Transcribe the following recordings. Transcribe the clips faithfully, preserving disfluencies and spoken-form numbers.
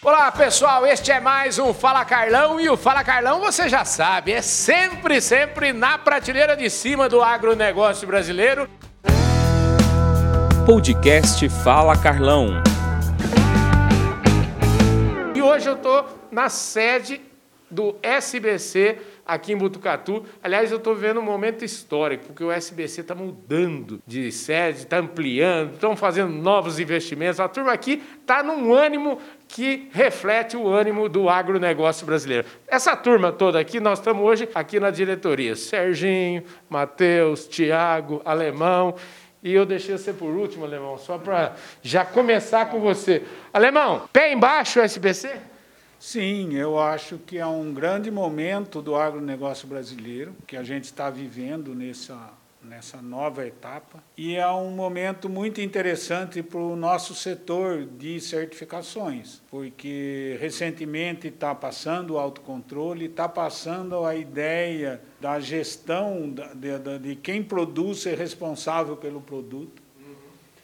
Olá pessoal, este é mais um Fala Carlão e o Fala Carlão você já sabe, é sempre, sempre na prateleira de cima do agronegócio brasileiro. Podcast Fala Carlão. E hoje eu estou na sede do S B C aqui em Botucatu. Aliás, eu estou vivendo um momento histórico, porque o S B C está mudando de sede, está ampliando, estão fazendo novos investimentos. A turma aqui está num ânimo que reflete o ânimo do agronegócio brasileiro. Essa turma toda aqui, nós estamos hoje aqui na diretoria. Serginho, Matheus, Tiago, Alemão. E eu deixei você por último, Alemão, só para já começar com você. Alemão, pé embaixo o S B C? Sim, eu acho que é um grande momento do agronegócio brasileiro, que a gente está vivendo nessa, nessa nova etapa, e é um momento muito interessante para o nosso setor de certificações, porque recentemente está passando o autocontrole, está passando a ideia da gestão de, de, de quem produz ser responsável pelo produto. Uhum.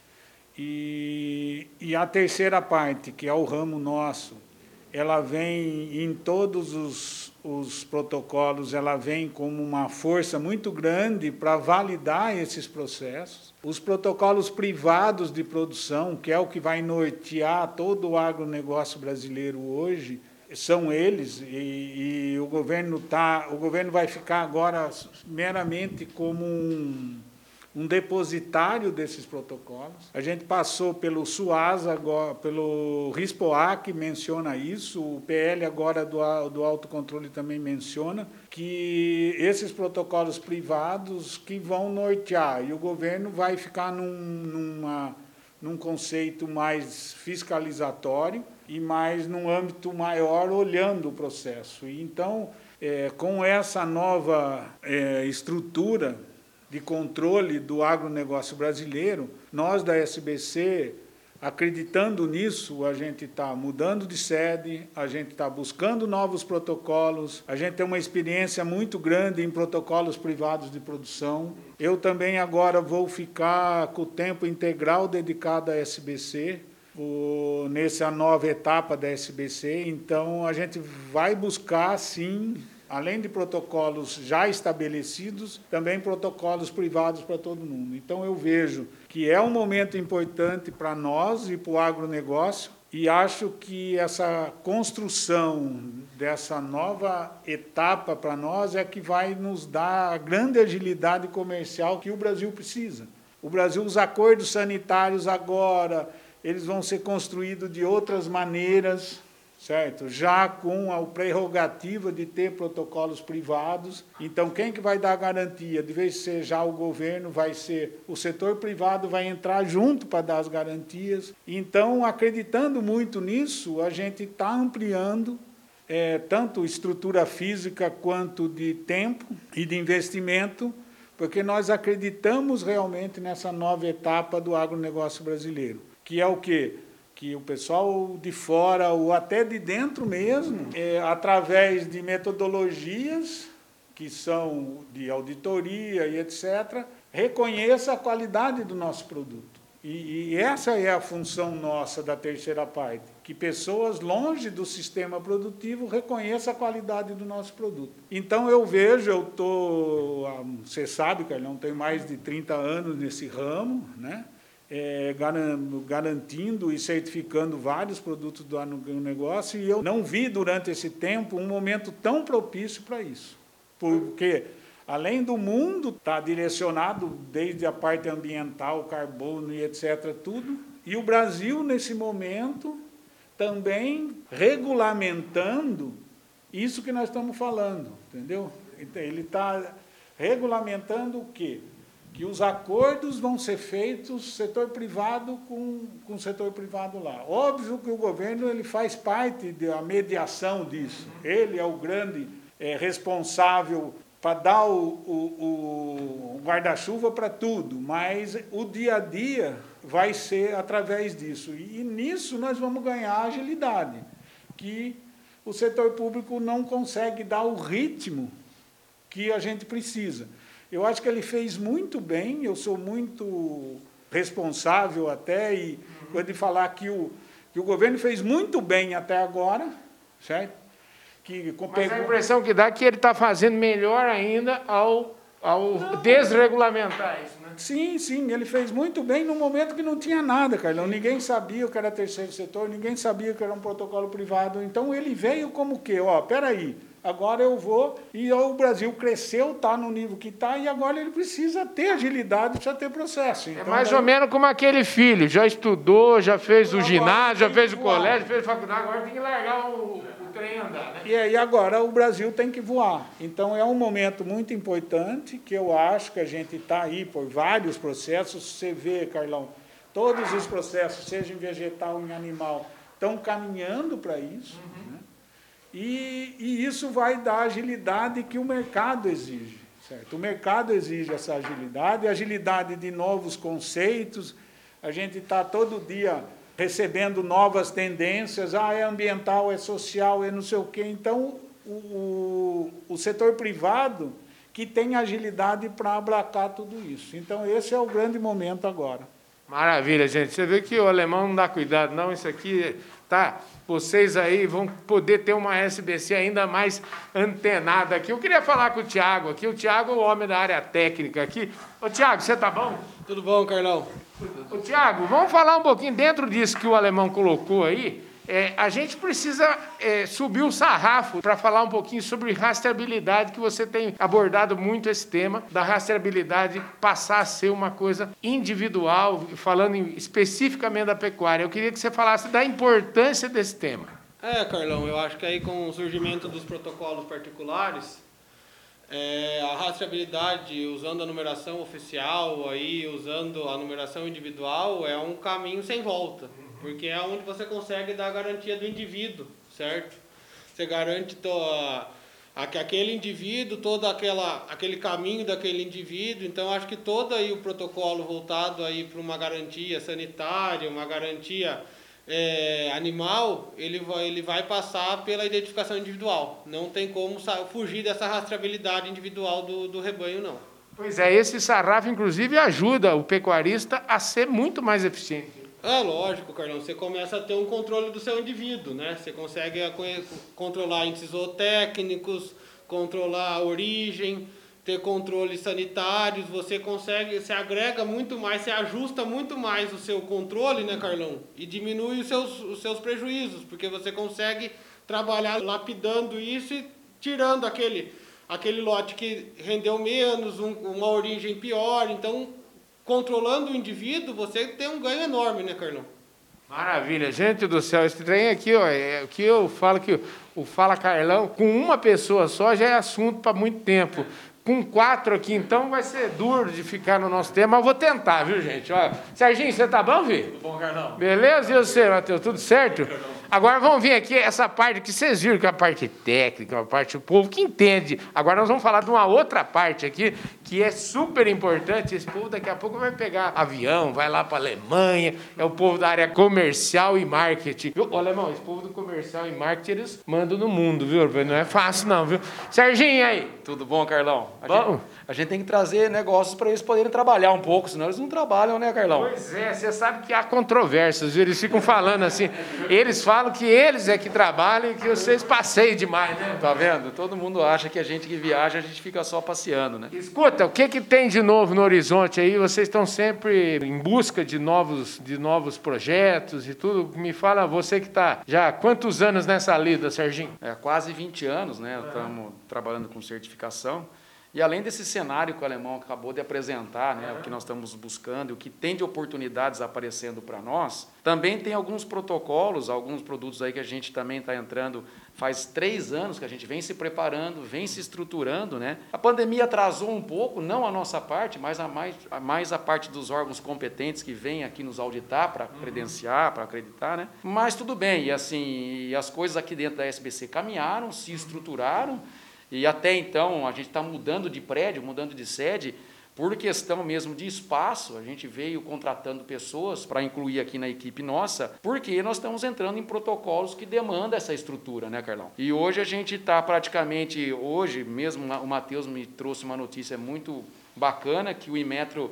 E, e a terceira parte, que é o ramo nosso, ela vem em todos os, os protocolos, ela vem como uma força muito grande para validar esses processos. Os protocolos privados de produção, que é o que vai nortear todo o agronegócio brasileiro hoje, são eles, e, e o governo tá, o governo vai ficar agora meramente como um um depositário desses protocolos. A gente passou pelo SUASA, agora, pelo RISPOA, que menciona isso, o P L agora do, do autocontrole também menciona, que esses protocolos privados que vão nortear, e o governo vai ficar num, numa, num conceito mais fiscalizatório e mais num âmbito maior, olhando o processo. E, então, é, com essa nova é, estrutura de controle do agronegócio brasileiro, nós da S B C, acreditando nisso, a gente está mudando de sede, a gente está buscando novos protocolos, a gente tem uma experiência muito grande em protocolos privados de produção. Eu também agora vou ficar com o tempo integral dedicado à S B C, o, nessa nova etapa da S B C, então a gente vai buscar, sim, além de protocolos já estabelecidos, também protocolos privados para todo mundo. Então, eu vejo que é um momento importante para nós e para o agronegócio, e acho que essa construção dessa nova etapa para nós é que vai nos dar a grande agilidade comercial que o Brasil precisa. O Brasil, os acordos sanitários agora, eles vão ser construídos de outras maneiras, certo? Já com a prerrogativa de ter protocolos privados. Então, quem que vai dar a garantia? De vez de ser já o governo, vai ser o setor privado, vai entrar junto para dar as garantias. Então, acreditando muito nisso, a gente está ampliando é, tanto estrutura física quanto de tempo e de investimento, porque nós acreditamos realmente nessa nova etapa do agronegócio brasileiro, que é o quê? Que o pessoal de fora, ou até de dentro mesmo, é, através de metodologias que são de auditoria e etcétera, reconheça a qualidade do nosso produto. E, e essa é a função nossa da terceira parte, que pessoas longe do sistema produtivo reconheçam a qualidade do nosso produto. Então eu vejo, eu estou, você sabe que eu não tenho mais de trinta anos nesse ramo, né? É, garantindo e certificando vários produtos do agronegócio, e eu não vi durante esse tempo um momento tão propício para isso. Porque, além do mundo estar direcionado desde a parte ambiental, carbono e etcétera, tudo, e o Brasil, nesse momento, também regulamentando isso que nós estamos falando, entendeu? Ele está regulamentando o quê? Que os acordos vão ser feitos setor privado com, com o setor privado lá. Óbvio que o governo ele faz parte da mediação disso. Ele é o grande é, responsável para dar o, o, o guarda-chuva para tudo, mas o dia a dia vai ser através disso. E, e nisso nós vamos ganhar agilidade, que o setor público não consegue dar o ritmo que a gente precisa. Eu acho que ele fez muito bem, eu sou muito responsável até, e quando de falar que o, que o governo fez muito bem até agora, certo? Que Mas a impressão que dá é que ele está fazendo melhor ainda ao, ao desregulamentar isso, né? Sim, sim, ele fez muito bem no momento que não tinha nada, Carlão. Ninguém sabia o que era terceiro setor, ninguém sabia o que era um protocolo privado. Então ele veio como que, ó, peraí, agora eu vou, e ó, o Brasil cresceu, está no nível que está, e agora ele precisa ter agilidade, precisa ter processo. Então, É mais daí, ou menos como aquele filho, já estudou, já fez o Agora ginásio, já tem fez que o voar. colégio, fez faculdade, agora tem que largar o, o trem andar, né? E aí agora o Brasil tem que voar. Então é um momento muito importante que eu acho que a gente está aí por vários processos. Você vê, Carlão, todos os processos, seja em vegetal ou em animal, estão caminhando para isso. Uhum. Né? E, e isso vai dar a agilidade que o mercado exige. Certo? O mercado exige essa agilidade, agilidade de novos conceitos. A gente está todo dia recebendo novas tendências, ah, é ambiental, é social, é não sei o quê. Então, o, o, o setor privado que tem agilidade para abraçar tudo isso. Então, esse é o grande momento agora. Maravilha, gente. Você vê que o alemão não dá cuidado, não. Isso aqui, tá? Vocês aí vão poder ter uma S B C ainda mais antenada aqui. Eu queria falar com o Thiago aqui. O Thiago é o homem da área técnica aqui. Ô, Thiago, você tá bom? Tudo bom, Carlão? Ô, Thiago, vamos falar um pouquinho dentro disso que o alemão colocou aí. É, a gente precisa é, subir o sarrafo para falar um pouquinho sobre rastreabilidade, que você tem abordado muito esse tema, da rastreabilidade passar a ser uma coisa individual, falando em, especificamente da pecuária. Eu queria que você falasse da importância desse tema. É, Carlão, eu acho que aí com o surgimento dos protocolos particulares, é, a rastreabilidade usando a numeração oficial, aí, usando a numeração individual, é um caminho sem volta. Porque é onde você consegue dar a garantia do indivíduo, certo? Você garante to, a, a, aquele indivíduo, todo aquela, aquele caminho daquele indivíduo. Então, acho que todo aí o protocolo voltado aí para uma garantia sanitária, uma garantia é, animal, ele vai, ele vai passar pela identificação individual. Não tem como fugir dessa rastreabilidade individual do, do rebanho, não. Pois é, esse sarrafo, inclusive, ajuda o pecuarista a ser muito mais eficiente. É lógico, Carlão, você começa a ter um controle do seu indivíduo, né? Você consegue controlar índices zootécnicos, controlar a origem, ter controles sanitários, você consegue, você agrega muito mais, você ajusta muito mais o seu controle, né, Carlão? E diminui os seus, os seus prejuízos, porque você consegue trabalhar lapidando isso e tirando aquele, aquele lote que rendeu menos, um, uma origem pior, então... Controlando o indivíduo, você tem um ganho enorme, né, Carlão? Maravilha. Gente do céu, esse trem aqui, ó, é o que eu falo que o Fala Carlão, com uma pessoa só já é assunto para muito tempo. Com quatro aqui, então, vai ser duro de ficar no nosso tema, mas eu vou tentar, viu, gente? Ó, Serginho, você tá bom, filho? Tudo bom, Carlão? Beleza? E você, Matheus? Tudo certo? Agora vamos vir aqui, essa parte que vocês viram, que é a parte técnica, a parte do povo que entende. Agora nós vamos falar de uma outra parte aqui, que é super importante. Esse povo daqui a pouco vai pegar avião, vai lá para a Alemanha, é o povo da área comercial e marketing. Viu? Ô, Alemão, esse povo do comercial e marketing, eles mandam no mundo, viu? Não é fácil não, viu? Serginho, e aí? Tudo bom, Carlão? A, Bom. gente, a gente tem que trazer negócios para eles poderem trabalhar um pouco, senão eles não trabalham, né, Carlão? Pois é, você sabe que há controvérsias, viu? Eles ficam falando assim, eles falam que eles é que trabalham e que vocês passeiem demais, né? Tá vendo? Todo mundo acha que a gente que viaja, a gente fica só passeando, né? Escuta, o que, que tem de novo no horizonte aí? Vocês estão sempre em busca de novos, de novos projetos e tudo. Me fala, você que está já há quantos anos nessa lida, Serginho? É, quase vinte anos, né? Estamos trabalhando com certificação. E além desse cenário que o alemão acabou de apresentar, né, o que nós estamos buscando, o que tem de oportunidades aparecendo para nós, também tem alguns protocolos, alguns produtos aí que a gente também está entrando faz três anos que a gente vem se preparando, vem se estruturando, né? A pandemia atrasou um pouco, não a nossa parte, mas a mais, a mais a parte dos órgãos competentes que vêm aqui nos auditar para credenciar, para acreditar, né? Mas tudo bem, e assim, e as coisas aqui dentro da S B C caminharam, se estruturaram. E até então a gente está mudando de prédio, mudando de sede, por questão mesmo de espaço. A gente veio contratando pessoas para incluir aqui na equipe nossa, porque nós estamos entrando em protocolos que demandam essa estrutura, né, Carlão? E hoje a gente está praticamente, hoje mesmo o Matheus me trouxe uma notícia muito bacana, que o Inmetro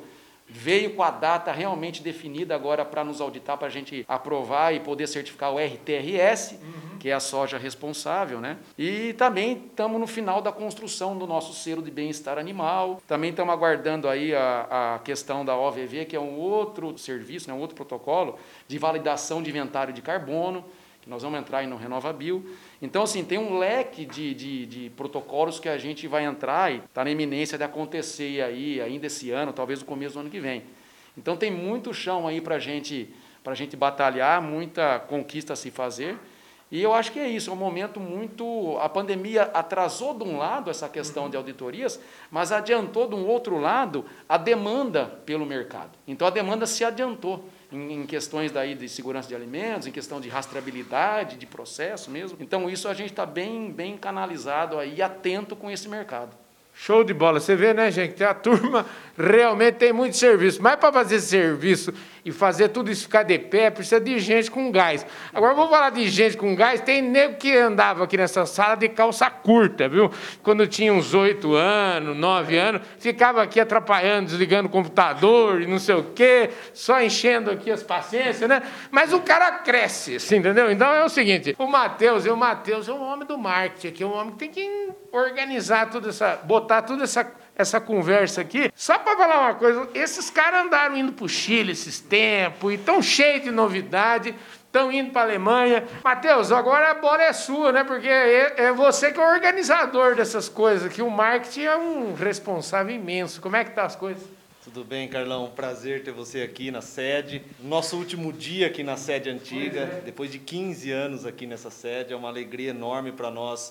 veio com a data realmente definida agora para nos auditar, para a gente aprovar e poder certificar o R T R S, uhum. que é a soja responsável, né? E também estamos no final da construção do nosso selo de bem-estar animal. Também estamos aguardando aí a, a questão da O V V, que é um outro serviço, né? um outro protocolo de validação de inventário de carbono, que nós vamos entrar aí no RenovaBio. Então, assim, tem um leque de, de, de protocolos que a gente vai entrar e está na iminência de acontecer aí, ainda esse ano, talvez no começo do ano que vem. Então, tem muito chão aí para gente, a gente batalhar, muita conquista a se fazer. E eu acho que é isso, é um momento muito... A pandemia atrasou de um lado essa questão de auditorias, mas adiantou de um outro lado a demanda pelo mercado. Então, a demanda se adiantou em questões daí de segurança de alimentos, em questão de rastreabilidade, de processo mesmo. Então, isso a gente está bem, bem canalizado aí, atento com esse mercado. Show de bola. Você vê, né, gente, que a turma realmente tem muito serviço. Mas para fazer serviço e fazer tudo isso ficar de pé, precisa de gente com gás. Agora, vou falar de gente com gás. Tem nego que andava aqui nessa sala de calça curta, viu? Quando tinha uns oito anos, nove anos, ficava aqui atrapalhando, desligando o computador e não sei o quê, só enchendo aqui as paciências, né? Mas o cara cresce, assim, entendeu? Então é o seguinte, o Matheus, o Matheus é um homem do marketing aqui, é um homem que tem que organizar tudo essa, botar toda essa, essa conversa aqui. Só para falar uma coisa, esses caras andaram indo para o Chile esses tempos, e estão cheios de novidade, estão indo para a Alemanha. Matheus, agora a bola é sua, né? Porque é, é você que é o organizador dessas coisas, que o marketing é um responsável imenso. Como é que tá as coisas? Tudo bem, Carlão? Um prazer ter você aqui na sede. Nosso último dia aqui na sede antiga, é. depois de quinze anos aqui nessa sede, é uma alegria enorme para nós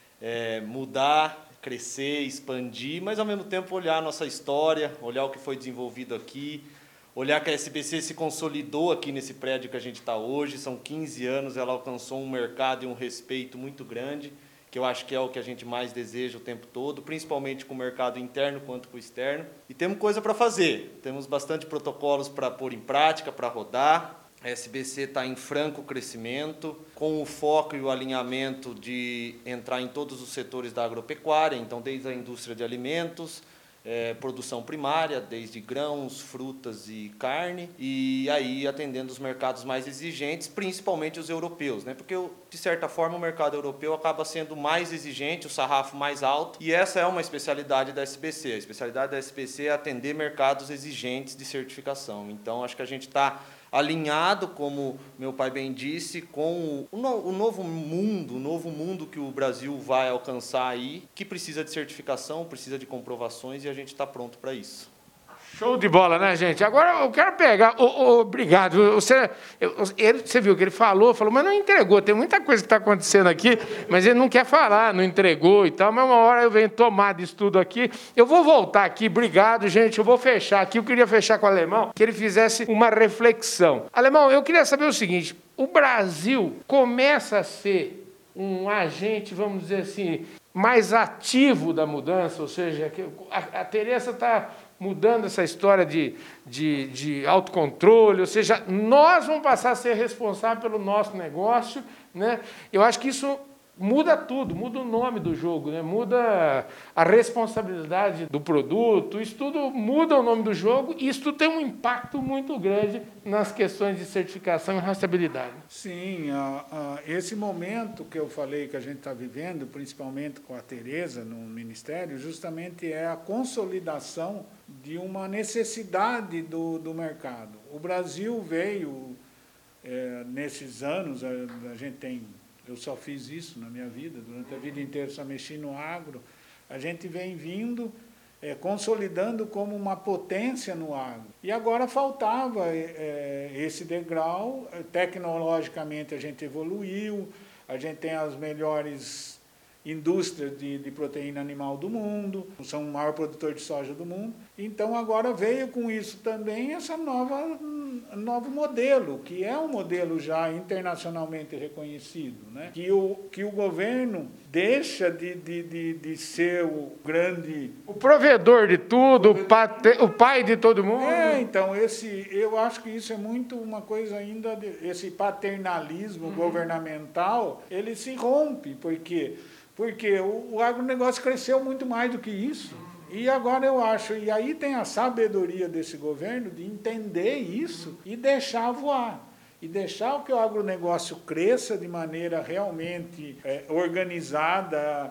é, mudar, crescer, expandir, mas ao mesmo tempo olhar a nossa história, olhar o que foi desenvolvido aqui, olhar que a S B C se consolidou aqui nesse prédio que a gente está hoje. São quinze anos, ela alcançou um mercado e um respeito muito grande, que eu acho que é o que a gente mais deseja o tempo todo, principalmente com o mercado interno quanto com o externo. E temos coisa para fazer, temos bastante protocolos para pôr em prática, para rodar. A S B C está em franco crescimento, com o foco e o alinhamento de entrar em todos os setores da agropecuária, então desde a indústria de alimentos, é, produção primária, desde grãos, frutas e carne, e aí atendendo os mercados mais exigentes, principalmente os europeus, né? Porque, de certa forma, o mercado europeu acaba sendo mais exigente, o sarrafo mais alto, e essa é uma especialidade da S B C. A especialidade da S B C é atender mercados exigentes de certificação. Então, acho que a gente está alinhado, como meu pai bem disse, com o, no, o novo mundo, o novo mundo que o Brasil vai alcançar aí, que precisa de certificação, precisa de comprovações, e a gente está pronto para isso. Show de bola, né, gente? Agora eu quero pegar... Oh, oh, obrigado. Você, eu, ele, você viu que ele falou, falou, mas não entregou. Tem muita coisa que está acontecendo aqui, mas ele não quer falar, não entregou e tal. Mas uma hora eu venho tomar disso tudo aqui. Eu vou voltar aqui. Obrigado, gente. Eu vou fechar aqui. Eu queria fechar com o Alemão, que ele fizesse uma reflexão. Alemão, eu queria saber o seguinte. O Brasil começa a ser um agente, vamos dizer assim, mais ativo da mudança, ou seja, a, a Tereza está mudando essa história de, de, de autocontrole, ou seja, nós vamos passar a ser responsáveis pelo nosso negócio, né? Eu acho que isso muda tudo, muda o nome do jogo, né? Muda a responsabilidade do produto, isso tudo muda o nome do jogo e isso tudo tem um impacto muito grande nas questões de certificação e rastreabilidade. Sim, a, a, esse momento que eu falei que a gente está vivendo, principalmente com a Tereza no Ministério, justamente é a consolidação de uma necessidade do, do mercado. O Brasil veio, é, nesses anos, a, a gente tem... Eu só fiz isso na minha vida, durante a vida inteira só mexi no agro. A gente vem vindo, é, consolidando como uma potência no agro. E agora faltava é, esse degrau, tecnologicamente a gente evoluiu, a gente tem as melhores indústrias de, de proteína animal do mundo, são o maior produtor de soja do mundo. Então agora veio com isso também essa nova novo modelo, que é um modelo já internacionalmente reconhecido, né? que, o, que o governo deixa de, de, de, de ser o grande... O provedor de tudo, o, pate, o pai de todo mundo. É, então, esse, eu acho que isso é muito uma coisa ainda, de, esse paternalismo uhum. governamental, ele se rompe, porque, porque o, o agronegócio cresceu muito mais do que isso. E agora eu acho, e aí tem a sabedoria desse governo de entender isso e deixar voar. E deixar que o agronegócio cresça de maneira realmente é, organizada,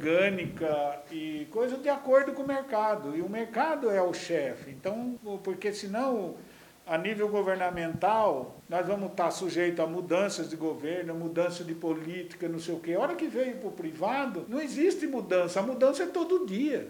orgânica e coisa de acordo com o mercado. E o mercado é o chefe. Então, porque senão, a nível governamental, nós vamos estar sujeitos a mudanças de governo, mudança de política, não sei o quê. A hora que veio para o privado, não existe mudança. A mudança é todo dia.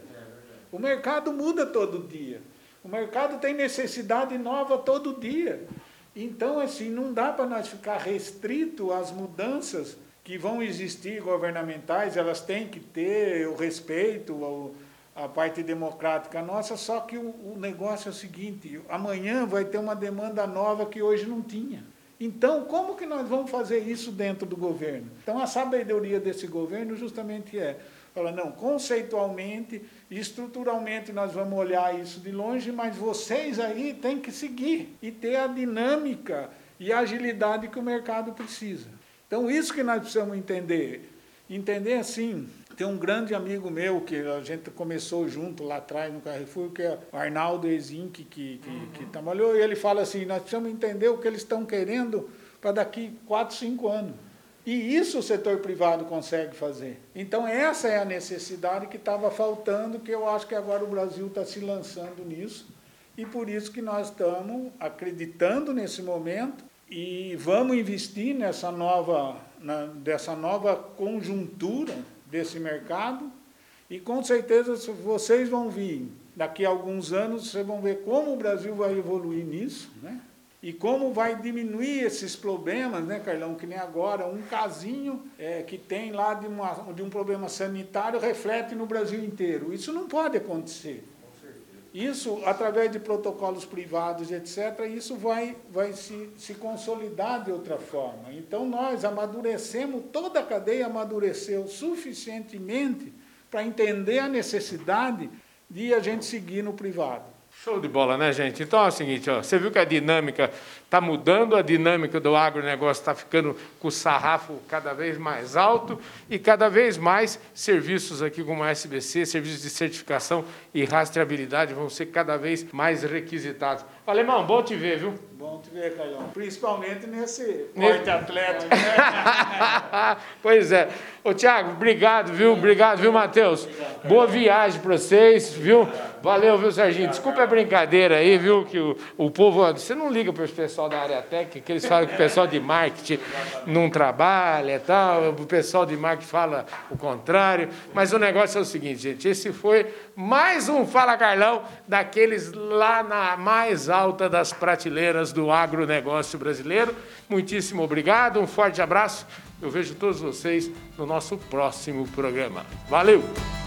O mercado muda todo dia. O mercado tem necessidade nova todo dia. Então, assim, não dá para nós ficar restrito às mudanças que vão existir governamentais, elas têm que ter o respeito ao, à parte democrática nossa, só que o, o negócio é o seguinte, amanhã vai ter uma demanda nova que hoje não tinha. Então, como que nós vamos fazer isso dentro do governo? Então, a sabedoria desse governo justamente é, fala, não, conceitualmente e estruturalmente nós vamos olhar isso de longe, mas vocês aí têm que seguir e ter a dinâmica e a agilidade que o mercado precisa. Então, isso que nós precisamos entender. Entender assim, tem um grande amigo meu que a gente começou junto lá atrás no Carrefour, que é o Arnaldo Ezinck, que, que, uhum. que trabalhou, e ele fala assim, nós precisamos entender o que eles estão querendo para daqui quatro, cinco anos. E isso o setor privado consegue fazer. Então, essa é a necessidade que estava faltando, que eu acho que agora o Brasil está se lançando nisso, e por isso que nós estamos acreditando nesse momento e vamos investir nessa nova, na, dessa nova conjuntura desse mercado, e com certeza vocês vão vir, daqui a alguns anos, vocês vão ver como o Brasil vai evoluir nisso, né? E como vai diminuir esses problemas, né, Carlão? Que nem agora, um casinho é, que tem lá de, uma, de um problema sanitário reflete no Brasil inteiro. Isso não pode acontecer. Isso, através de protocolos privados, etcétera, isso vai, vai se, se consolidar de outra forma. Então, nós amadurecemos, toda a cadeia amadureceu suficientemente para entender a necessidade de a gente seguir no privado. Show de bola, né, gente? Então é o seguinte, ó, você viu que a dinâmica está mudando, a dinâmica do agronegócio está ficando com o sarrafo cada vez mais alto e cada vez mais serviços aqui como a S B C, serviços de certificação e rastreabilidade vão ser cada vez mais requisitados. Alemão, bom te ver, viu? Bom te ver, Carlão. Principalmente nesse porte atlético. Pois é. Ô, Thiago, obrigado, viu? Obrigado, viu, Matheus? Boa viagem para vocês, viu? Valeu, viu, Serginho? Desculpa a brincadeira aí, viu? Que o, o povo... Você não liga para o pessoal da área técnica, que eles falam que o pessoal de marketing não trabalha e tal, o pessoal de marketing fala o contrário, mas o negócio é o seguinte, gente, esse foi mais um Fala Carlão, daqueles lá na mais alta das prateleiras do agronegócio brasileiro. Muitíssimo obrigado, um forte abraço. Eu vejo todos vocês no nosso próximo programa. Valeu!